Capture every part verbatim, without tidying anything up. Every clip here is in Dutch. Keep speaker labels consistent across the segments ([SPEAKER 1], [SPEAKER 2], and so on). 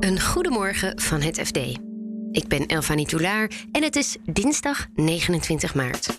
[SPEAKER 1] Een goedemorgen van het F D. Ik ben Elfanie Toulaar en het is dinsdag negenentwintig maart.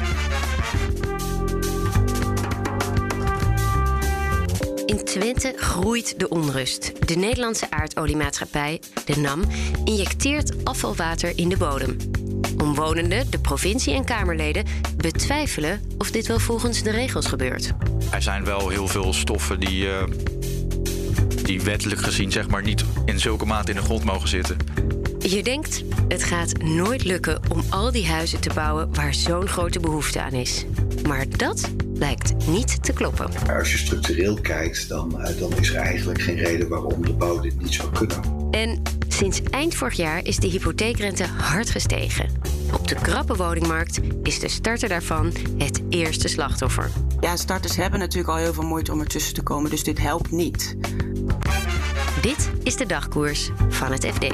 [SPEAKER 1] In Twente groeit de onrust. De Nederlandse aardoliemaatschappij, de NAM, injecteert afvalwater in de bodem. Omwonenden, de provincie en Kamerleden betwijfelen of dit wel volgens de regels gebeurt.
[SPEAKER 2] Er zijn wel heel veel stoffen die, uh, die wettelijk gezien zeg maar, niet in zulke mate in de grond mogen zitten.
[SPEAKER 1] Je denkt, het gaat nooit lukken om al die huizen te bouwen waar zo'n grote behoefte aan is. Maar dat lijkt niet te kloppen.
[SPEAKER 3] Maar als je structureel kijkt, dan, uh, dan is er eigenlijk geen reden waarom de bouw dit niet zou kunnen.
[SPEAKER 1] En sinds eind vorig jaar is de hypotheekrente hard gestegen. Op de krappe woningmarkt is de starter daarvan het eerste slachtoffer.
[SPEAKER 4] Ja, starters hebben natuurlijk al heel veel moeite om ertussen te komen, dus dit helpt niet.
[SPEAKER 1] Dit is de dagkoers van het F D.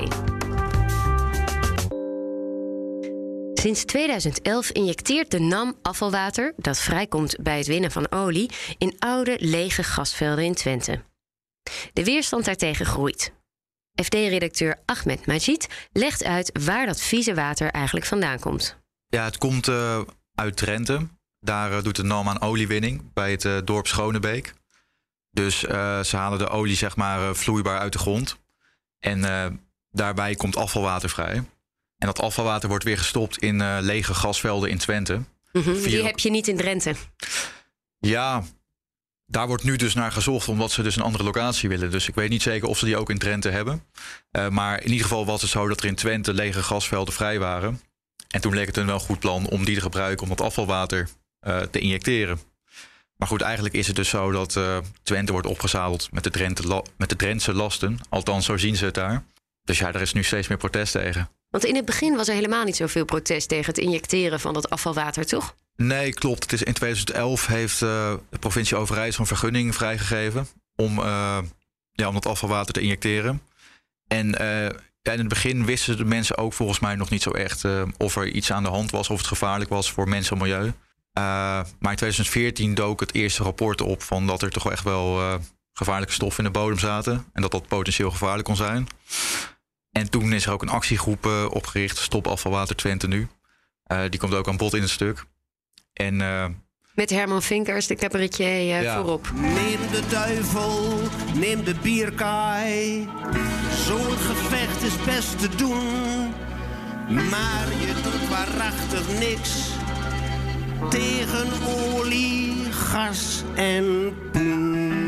[SPEAKER 1] Sinds tweeduizend elf injecteert de NAM afvalwater, dat vrijkomt bij het winnen van olie, in oude, lege gasvelden in Twente. De weerstand daartegen groeit. F D-redacteur Ahmed Majid legt uit waar dat vieze water eigenlijk vandaan komt.
[SPEAKER 2] Ja, het komt uh, uit Drenthe. Daar uh, doet de NAM aan oliewinning bij het uh, dorp Schonebeek. Dus uh, ze halen de olie zeg maar uh, vloeibaar uit de grond. En uh, daarbij komt afvalwater vrij. En dat afvalwater wordt weer gestopt in uh, lege gasvelden in Twente.
[SPEAKER 1] Mm-hmm, die Vier... heb je niet in Drenthe.
[SPEAKER 2] Ja, daar wordt nu dus naar gezocht omdat ze dus een andere locatie willen. Dus ik weet niet zeker of ze die ook in Drenthe hebben. Uh, maar in ieder geval was het zo dat er in Twente lege gasvelden vrij waren. En toen leek het een wel goed plan om die te gebruiken om dat afvalwater uh, te injecteren. Maar goed, eigenlijk is het dus zo dat uh, Twente wordt opgezadeld met de, Drenthe la- met de Drentse lasten. Althans, zo zien ze het daar. Dus ja, er is nu steeds meer protest tegen.
[SPEAKER 1] Want in het begin was er helemaal niet zoveel protest tegen het injecteren van dat afvalwater, toch?
[SPEAKER 2] Nee, klopt. Het is in tweeduizend elf heeft uh, de provincie Overijssel een vergunning vrijgegeven om, uh, ja, om dat afvalwater te injecteren. En uh, ja, in het begin wisten de mensen ook volgens mij nog niet zo echt uh, of er iets aan de hand was, of het gevaarlijk was voor mensen en milieu. Uh, maar in tweeduizend veertien dook het eerste rapport op van dat er toch echt wel uh, gevaarlijke stoffen in de bodem zaten. En dat dat potentieel gevaarlijk kon zijn. En toen is er ook een actiegroep uh, opgericht, Stop Afvalwater Twente nu. Uh, die komt ook aan bod in het stuk. En, uh,
[SPEAKER 1] met Herman Vinkers, de cabaretier, uh, ja. voorop.
[SPEAKER 5] Neem de duivel, neem de bierkaai. Zo'n gevecht is best te doen. Maar je doet waarachtig niks tegen olie, gas en poen.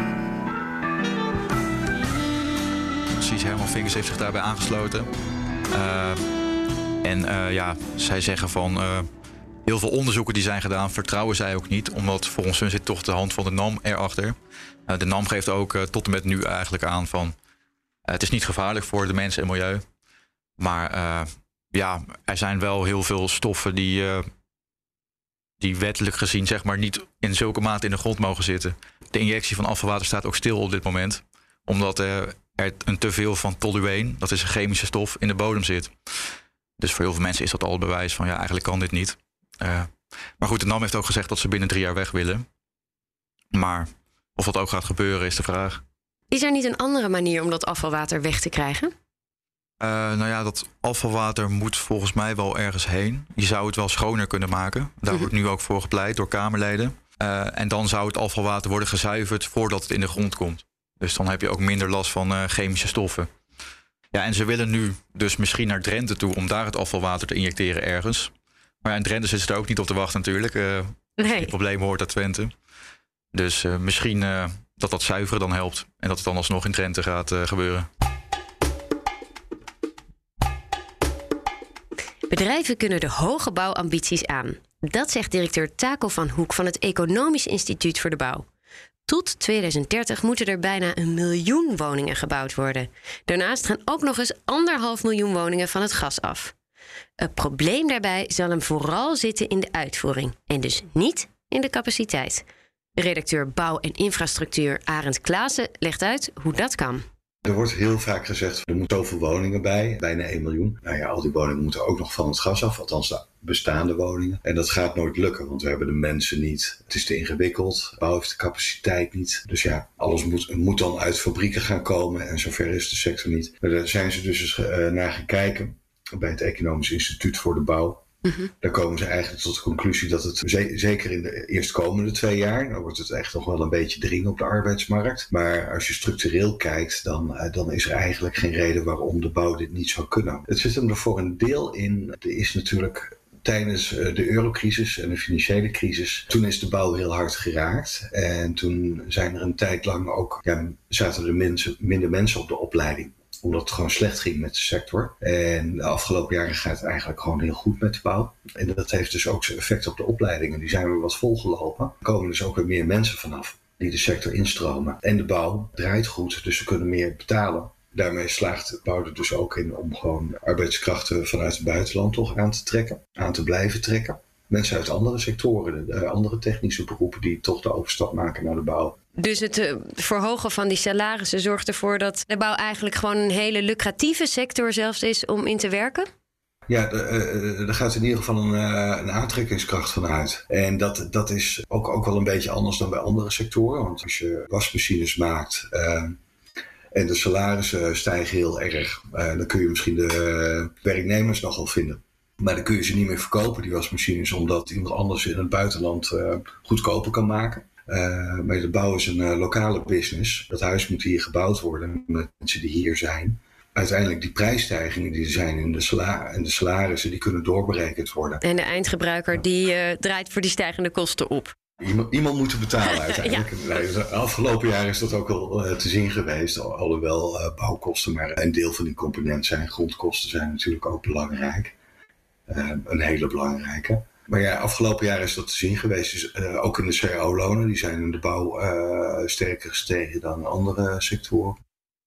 [SPEAKER 2] Precies, Herman Vinkers heeft zich daarbij aangesloten. Uh, en uh, ja, zij zeggen van uh, heel veel onderzoeken die zijn gedaan, vertrouwen zij ook niet. Omdat volgens hun zit toch de hand van de NAM erachter. Uh, de NAM geeft ook uh, tot en met nu eigenlijk aan van uh, het is niet gevaarlijk voor de mensen en milieu. Maar uh, ja, er zijn wel heel veel stoffen die, uh, die wettelijk gezien zeg maar niet in zulke mate in de grond mogen zitten. De injectie van afvalwater staat ook stil op dit moment. Omdat uh, er een teveel van tolueen, dat is een chemische stof, in de bodem zit. Dus voor heel veel mensen is dat al het bewijs van ja, eigenlijk kan dit niet. Uh, maar goed, de NAM heeft ook gezegd dat ze binnen drie jaar weg willen. Maar of dat ook gaat gebeuren is de vraag.
[SPEAKER 1] Is er niet een andere manier om dat afvalwater weg te krijgen?
[SPEAKER 2] Uh, nou ja, dat afvalwater moet volgens mij wel ergens heen. Je zou het wel schoner kunnen maken. Daar mm-hmm. wordt nu ook voor gepleit door Kamerleden. Uh, en dan zou het afvalwater worden gezuiverd voordat het in de grond komt. Dus dan heb je ook minder last van uh, chemische stoffen. Ja, en ze willen nu dus misschien naar Drenthe toe om daar het afvalwater te injecteren ergens. Maar ja, in Drenthe zitten ze er ook niet op te wachten natuurlijk. Uh,
[SPEAKER 1] nee.
[SPEAKER 2] Het probleem hoort uit Twente. Dus uh, misschien uh, dat dat zuiveren dan helpt. En dat het dan alsnog in Drenthe gaat uh, gebeuren.
[SPEAKER 1] Bedrijven kunnen de hoge bouwambities aan. Dat zegt directeur Taco van Hoek van het Economisch Instituut voor de Bouw. Tot tweeduizend dertig moeten er bijna een miljoen woningen gebouwd worden. Daarnaast gaan ook nog eens anderhalf miljoen woningen van het gas af. Het probleem daarbij zal hem vooral zitten in de uitvoering en dus niet in de capaciteit. Redacteur Bouw en Infrastructuur Arend Klaassen legt uit hoe dat kan.
[SPEAKER 3] Er wordt heel vaak gezegd, er moeten zoveel woningen bij, bijna één miljoen. Nou ja, al die woningen moeten ook nog van het gas af, althans de bestaande woningen. En dat gaat nooit lukken, want we hebben de mensen niet. Het is te ingewikkeld, de bouw heeft de capaciteit niet. Dus ja, alles moet, moet dan uit fabrieken gaan komen en zover is de sector niet. Maar daar zijn ze dus eens uh, naar gaan kijken bij het Economisch Instituut voor de Bouw. Mm-hmm. Daar komen ze eigenlijk tot de conclusie dat het ze- zeker in de eerstkomende twee jaar, dan wordt het echt nog wel een beetje dringen op de arbeidsmarkt. Maar als je structureel kijkt, dan, uh, dan is er eigenlijk geen reden waarom de bouw dit niet zou kunnen. Het zit hem er voor een deel in. Er is natuurlijk tijdens uh, de eurocrisis en de financiële crisis, toen is de bouw heel hard geraakt. En toen zijn er een tijd lang ook, ja, zaten er mensen, minder mensen op de opleiding. Omdat het gewoon slecht ging met de sector. En de afgelopen jaren gaat het eigenlijk gewoon heel goed met de bouw. En dat heeft dus ook zijn effect op de opleidingen. Die zijn weer wat volgelopen. Er komen dus ook weer meer mensen vanaf die de sector instromen. En de bouw draait goed, dus ze kunnen meer betalen. Daarmee slaagt de bouw er dus ook in om gewoon arbeidskrachten vanuit het buitenland toch aan te trekken. Aan te blijven trekken. Mensen uit andere sectoren, de andere technische beroepen die toch de overstap maken naar de bouw.
[SPEAKER 1] Dus het uh, verhogen van die salarissen zorgt ervoor dat de bouw eigenlijk gewoon een hele lucratieve sector zelfs is om in te werken?
[SPEAKER 3] Ja, er gaat in ieder geval een, een aantrekkingskracht van uit. En dat, dat is ook, ook wel een beetje anders dan bij andere sectoren. Want als je wasmachines maakt uh, en de salarissen stijgen heel erg, uh, dan kun je misschien de uh, werknemers nogal vinden. Maar dan kun je ze niet meer verkopen, die wasmachines, omdat iemand anders in het buitenland uh, goedkoper kan maken. Uh, maar de bouw is een uh, lokale business. Dat huis moet hier gebouwd worden met mensen die hier zijn. Uiteindelijk die prijsstijgingen die er zijn in de, sala- en de salarissen, die kunnen doorberekend worden.
[SPEAKER 1] En de eindgebruiker die uh, draait voor die stijgende kosten op.
[SPEAKER 3] Iemand, iemand moet het betalen uiteindelijk. Ja. Nee, de afgelopen jaar is dat ook al uh, te zien geweest. Al, alhoewel uh, bouwkosten maar een deel van die component zijn. Grondkosten zijn natuurlijk ook belangrijk. Uh, een hele belangrijke. Maar ja, afgelopen jaar is dat te zien geweest. Dus, uh, ook in de C A O-lonen, die zijn in de bouw uh, sterker gestegen dan andere sectoren.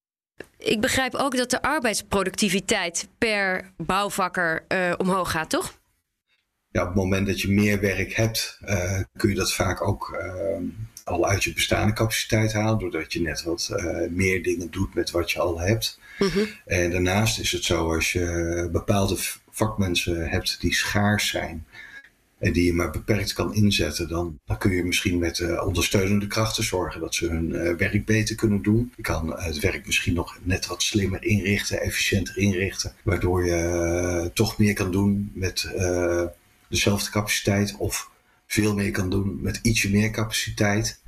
[SPEAKER 1] Ik begrijp ook dat de arbeidsproductiviteit per bouwvakker uh, omhoog gaat, toch?
[SPEAKER 3] Ja, op het moment dat je meer werk hebt, uh, kun je dat vaak ook uh, al uit je bestaande capaciteit halen. Doordat je net wat uh, meer dingen doet met wat je al hebt. Mm-hmm. En daarnaast is het zo, als je bepaalde vakmensen hebt die schaars zijn en die je maar beperkt kan inzetten, dan, dan kun je misschien met uh, ondersteunende krachten zorgen dat ze hun uh, werk beter kunnen doen. Je kan uh, het werk misschien nog net wat slimmer inrichten, efficiënter inrichten, waardoor je uh, toch meer kan doen met uh, dezelfde capaciteit of veel meer kan doen met ietsje meer capaciteit.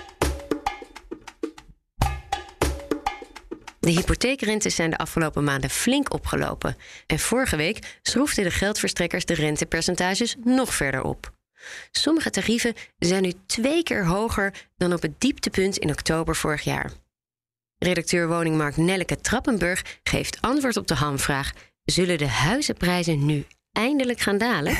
[SPEAKER 1] De hypotheekrentes zijn de afgelopen maanden flink opgelopen. En vorige week schroefden de geldverstrekkers de rentepercentages nog verder op. Sommige tarieven zijn nu twee keer hoger dan op het dieptepunt in oktober vorig jaar. Redacteur woningmarkt Nelleke Trappenburg geeft antwoord op de hamvraag: zullen de huizenprijzen nu eindelijk gaan dalen?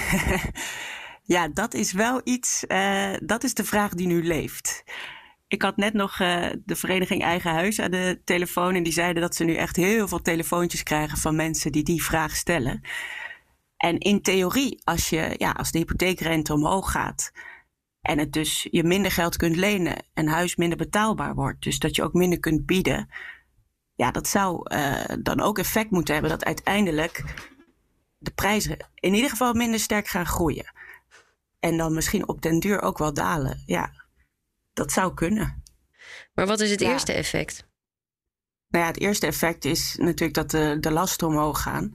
[SPEAKER 4] Ja, dat is wel iets, uh, dat is de vraag die nu leeft. Ik had net nog uh, de vereniging Eigen Huis aan de telefoon en die zeiden dat ze nu echt heel veel telefoontjes krijgen van mensen die die vraag stellen. En in theorie, als, je, ja, als de hypotheekrente omhoog gaat en het dus je minder geld kunt lenen en huis minder betaalbaar wordt, dus dat je ook minder kunt bieden, ja, dat zou uh, dan ook effect moeten hebben dat uiteindelijk de prijzen in ieder geval minder sterk gaan groeien. En dan misschien op den duur ook wel dalen, ja. Dat zou kunnen.
[SPEAKER 1] Maar wat is het
[SPEAKER 4] ja.
[SPEAKER 1] eerste effect?
[SPEAKER 4] Nou ja, het eerste effect is natuurlijk dat de, de lasten omhoog gaan.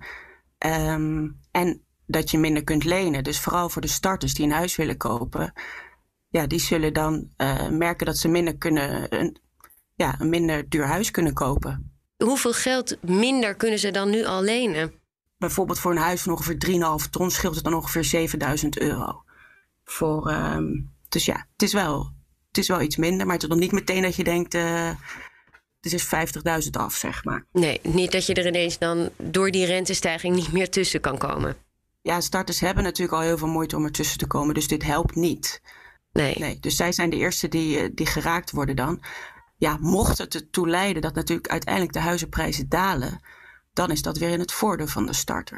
[SPEAKER 4] Um, en dat je minder kunt lenen. Dus vooral voor de starters die een huis willen kopen. Ja, die zullen dan uh, merken dat ze minder kunnen, een, ja, een minder duur huis kunnen kopen.
[SPEAKER 1] Hoeveel geld minder kunnen ze dan nu al lenen?
[SPEAKER 4] Bijvoorbeeld voor een huis van ongeveer drie komma vijf ton scheelt het dan ongeveer zevenduizend euro. Voor, um, dus ja, het is wel... Het is wel iets minder, maar het is nog niet meteen dat je denkt, uh, het is vijftigduizend af, zeg maar.
[SPEAKER 1] Nee, niet dat je er ineens dan door die rentestijging niet meer tussen kan komen.
[SPEAKER 4] Ja, starters hebben natuurlijk al heel veel moeite om ertussen te komen, dus dit helpt niet.
[SPEAKER 1] Nee.
[SPEAKER 4] nee dus zij zijn de eerste die, die geraakt worden dan. Ja, mocht het ertoe leiden dat natuurlijk uiteindelijk de huizenprijzen dalen, dan is dat weer in het voordeel van de starter.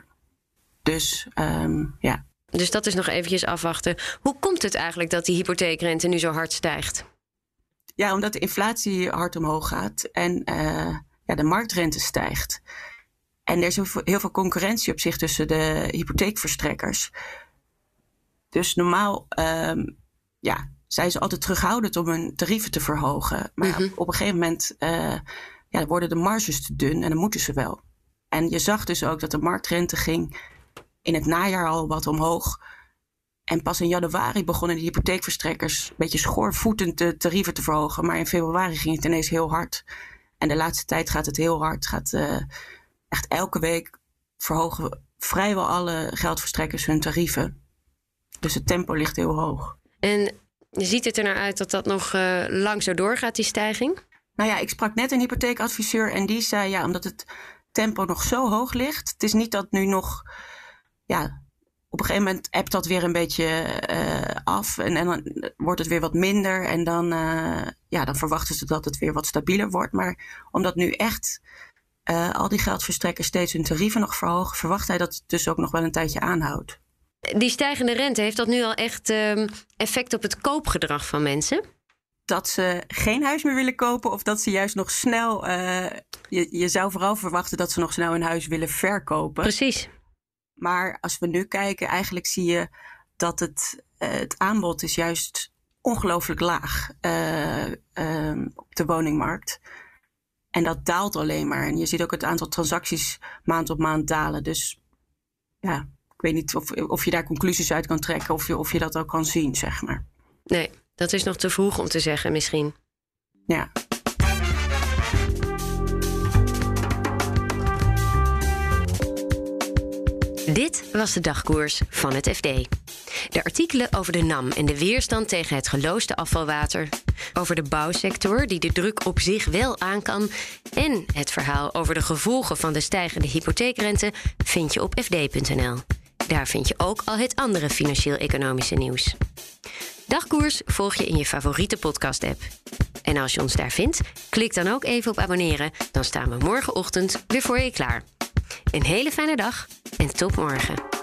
[SPEAKER 4] Dus um, ja.
[SPEAKER 1] Dus dat is nog eventjes afwachten. Hoe komt het eigenlijk dat die hypotheekrente nu zo hard stijgt?
[SPEAKER 4] Ja, omdat de inflatie hard omhoog gaat. En uh, ja, de marktrente stijgt. En er is heel veel concurrentie op zich tussen de hypotheekverstrekkers. Dus normaal um, ja, zijn ze altijd terughoudend om hun tarieven te verhogen. Maar mm-hmm. op, op een gegeven moment uh, ja, worden de marges te dun en dan moeten ze wel. En je zag dus ook dat de marktrente ging in het najaar al wat omhoog. En pas in januari begonnen de hypotheekverstrekkers een beetje schoorvoetend de tarieven te verhogen. Maar in februari ging het ineens heel hard. En de laatste tijd gaat het heel hard. Gaat uh, echt elke week verhogen vrijwel alle geldverstrekkers hun tarieven. Dus het tempo ligt heel hoog.
[SPEAKER 1] En ziet het er nou uit dat dat nog uh, lang zo doorgaat, die stijging?
[SPEAKER 4] Nou ja, ik sprak net een hypotheekadviseur en die zei, ja, omdat het tempo nog zo hoog ligt. Het is niet dat nu nog, ja, op een gegeven moment ebt dat weer een beetje uh, af. En, en dan wordt het weer wat minder. En dan, uh, ja, dan verwachten ze dat het weer wat stabieler wordt. Maar omdat nu echt uh, al die geldverstrekkers steeds hun tarieven nog verhogen, verwacht hij dat het dus ook nog wel een tijdje aanhoudt.
[SPEAKER 1] Die stijgende rente, heeft dat nu al echt um, effect op het koopgedrag van mensen?
[SPEAKER 4] Dat ze geen huis meer willen kopen of dat ze juist nog snel... Uh, je, je zou vooral verwachten dat ze nog snel een huis willen verkopen.
[SPEAKER 1] Precies.
[SPEAKER 4] Maar als we nu kijken, eigenlijk zie je dat het, uh, het aanbod is juist ongelooflijk laag uh, uh, op de woningmarkt. En dat daalt alleen maar. En je ziet ook het aantal transacties maand op maand dalen. Dus ja, ik weet niet of, of je daar conclusies uit kan trekken of je, of je dat ook kan zien, zeg maar.
[SPEAKER 1] Nee, dat is nog te vroeg om te zeggen misschien.
[SPEAKER 4] Ja.
[SPEAKER 1] Dit was de dagkoers van het F D. De artikelen over de NAM en de weerstand tegen het geloosde afvalwater, over de bouwsector die de druk op zich wel aan kan en het verhaal over de gevolgen van de stijgende hypotheekrente vind je op f d punt n l. Daar vind je ook al het andere financieel-economische nieuws. Dagkoers volg je in je favoriete podcast-app. En als je ons daar vindt, klik dan ook even op abonneren. Dan staan we morgenochtend weer voor je klaar. Een hele fijne dag en tot morgen.